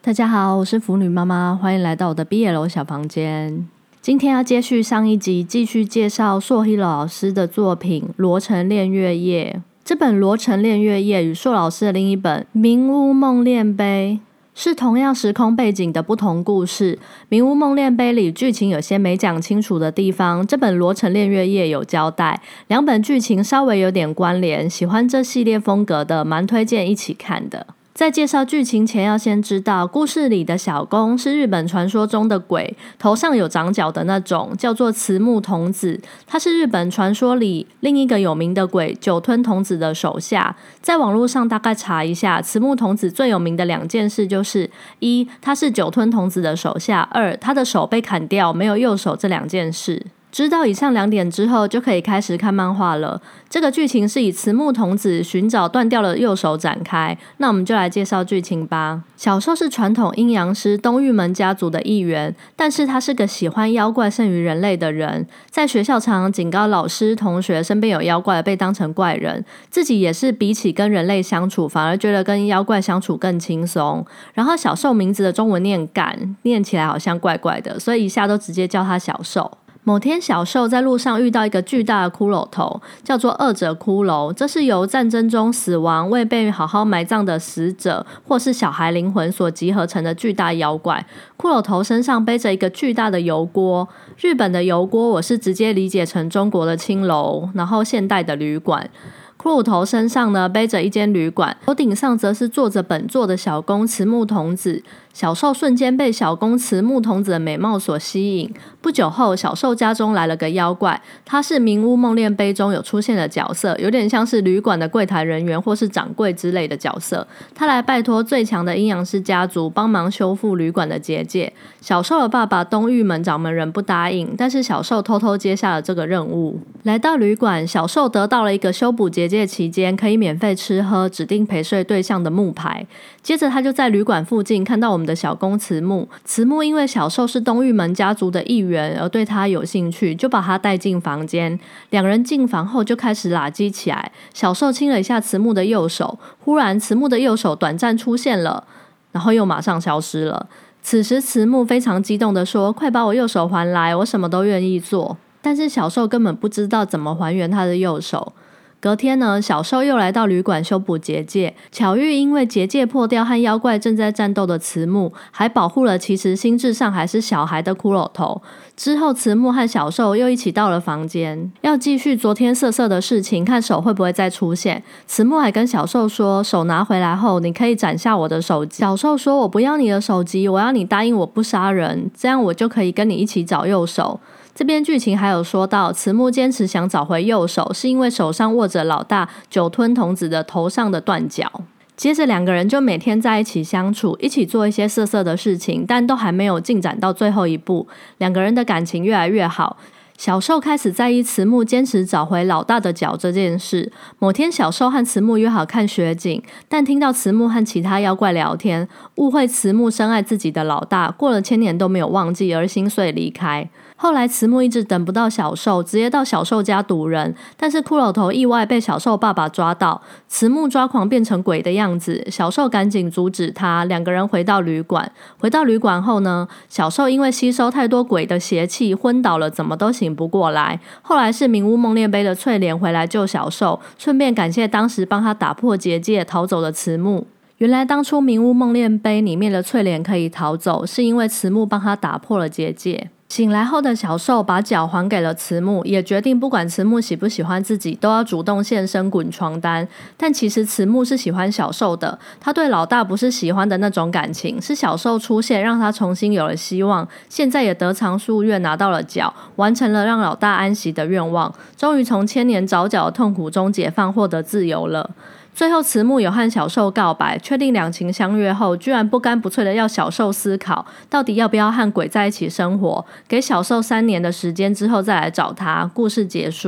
大家好，我是腐女妈妈，欢迎来到我的 BL 小房间。今天要接续上一集，继续介绍硕希老师的作品《罗城恋月夜》。这本《罗城恋月夜》与硕老师的另一本《明屋梦恋杯》是同样时空背景的不同故事。《明屋梦恋杯》里剧情有些没讲清楚的地方，这本《罗城恋月夜》有交代，两本剧情稍微有点关联，喜欢这系列风格的蛮推荐一起看的。在介绍剧情前，要先知道故事里的小公是日本传说中的鬼，头上有长角的那种，叫做慈木童子。他是日本传说里另一个有名的鬼酒吞童子的手下。在网络上大概查一下，慈木童子最有名的两件事就是一，他是酒吞童子的手下；二，他的手被砍掉，没有右手这两件事。知道以上两点之后，就可以开始看漫画了。这个剧情是以慈木童子寻找断掉的右手展开，那我们就来介绍剧情吧。小受是传统阴阳师东御门家族的一员，但是他是个喜欢妖怪胜于人类的人，在学校常常警告老师同学身边有妖怪被当成怪人，自己也是比起跟人类相处，反而觉得跟妖怪相处更轻松。然后小受名字的中文念干，念起来好像怪怪的，所以以下都直接叫他小受。某天小受在路上遇到一个巨大的骷髅头，叫做恶者骷髅，这是由战争中死亡未被好好埋葬的死者或是小孩灵魂所集合成的巨大妖怪。骷髅头身上背着一个巨大的油锅，日本的油锅我是直接理解成中国的青楼，然后现代的旅馆。骷髅头身上呢背着一间旅馆，头顶上则是坐着本座的小公慈木童子。小受瞬间被小公慈木童子的美貌所吸引。不久后，小受家中来了个妖怪，他是明屋梦恋杯中有出现的角色，有点像是旅馆的柜台人员或是掌柜之类的角色。他来拜托最强的阴阳师家族帮忙修复旅馆的结界。小受的爸爸东御门掌门人不答应，但是小受偷偷接下了这个任务。来到旅馆，小受得到了一个修补结界期间可以免费吃喝指定陪睡对象的木牌。接着他就在旅馆附近看到我们的小公慈木。慈木因为小受是东御门家族的一员而对他有兴趣，就把他带进房间。两人进房后就开始拉鸡起来。小受亲了一下慈木的右手，忽然慈木的右手短暂出现了，然后又马上消失了。此时慈木非常激动地说，快把我右手还来，我什么都愿意做。但是小受根本不知道怎么还原他的右手。隔天呢，小受又来到旅馆修补结界，巧遇因为结界破掉和妖怪正在战斗的慈木，还保护了其实心智上还是小孩的骷髅头。之后慈木和小受又一起到了房间，要继续昨天色色的事情，看手会不会再出现。慈木还跟小受说，手拿回来后你可以斩下我的手机。小受说，我不要你的手机，我要你答应我不杀人，这样我就可以跟你一起找右手。这边剧情还有说到，慈木坚持想找回右手，是因为手上握着老大酒吞童子的头上的断角。接着两个人就每天在一起相处，一起做一些色色的事情，但都还没有进展到最后一步。两个人的感情越来越好。小受开始在意慈木坚持找回老大的脚这件事。某天小受和慈木约好看雪景，但听到慈木和其他妖怪聊天，误会慈木深爱自己的老大，过了1000年都没有忘记而心碎离开。后来慈木一直等不到小受，直接到小受家堵人，但是骷髅头意外被小受爸爸抓到，慈木抓狂变成鬼的样子，小受赶紧阻止他，两个人回到旅馆。回到旅馆后呢，小受因为吸收太多鬼的邪气昏倒了，怎么都醒不过来。后来是明屋梦恋杯的翠莲回来救小受，顺便感谢当时帮他打破结界逃走的慈木。原来当初明屋梦恋杯里面的翠莲可以逃走，是因为慈木帮他打破了结界。醒来后的小受把脚还给了慈木，也决定不管慈木喜不喜欢自己，都要主动现身滚床单。但其实慈木是喜欢小受的，他对老大不是喜欢的那种感情，是小受出现让他重新有了希望，现在也得偿夙愿拿到了脚，完成了让老大安息的愿望，终于从千年找脚的痛苦中解放，获得自由了。最后慈木有和小受告白，确定两情相悦后，居然不干不脆的要小受思考到底要不要和鬼在一起生活，给小受3年的时间之后再来找他。故事结束。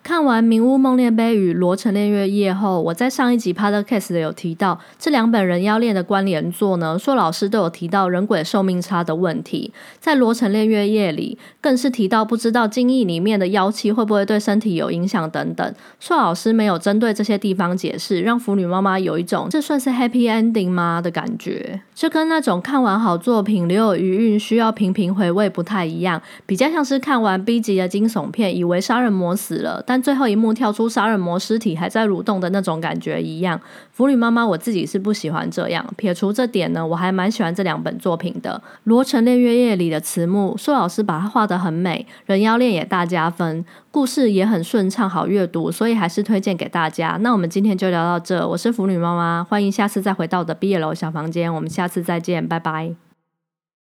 看完《明屋梦恋杯》与《罗城恋月夜》后，我在上一集 podcast 有提到，这两本人妖恋的关联作呢，硕老师都有提到人鬼寿命差的问题。在《罗城恋月夜》里，更是提到不知道精液里面的妖气会不会对身体有影响等等。硕老师没有针对这些地方解释，让腐女妈妈有一种这算是 happy ending 吗的感觉，就跟那种看完好作品留有余韵需要频频回味不太一样，比较像是看完 B 级的惊悚片，以为杀人魔死了，但最后一幕跳出杀人魔尸体还在蠕动的那种感觉一样。腐女妈妈我自己是不喜欢这样，撇除这点呢，我还蛮喜欢这两本作品的。罗城恋月夜里的慈木，硕老师把它画得很美，人妖恋也大加分，故事也很顺畅好阅读，所以还是推荐给大家。那我们今天就聊到这，我是腐女妈妈，欢迎下次再回到我的BL小房间，我们下次再见，拜拜。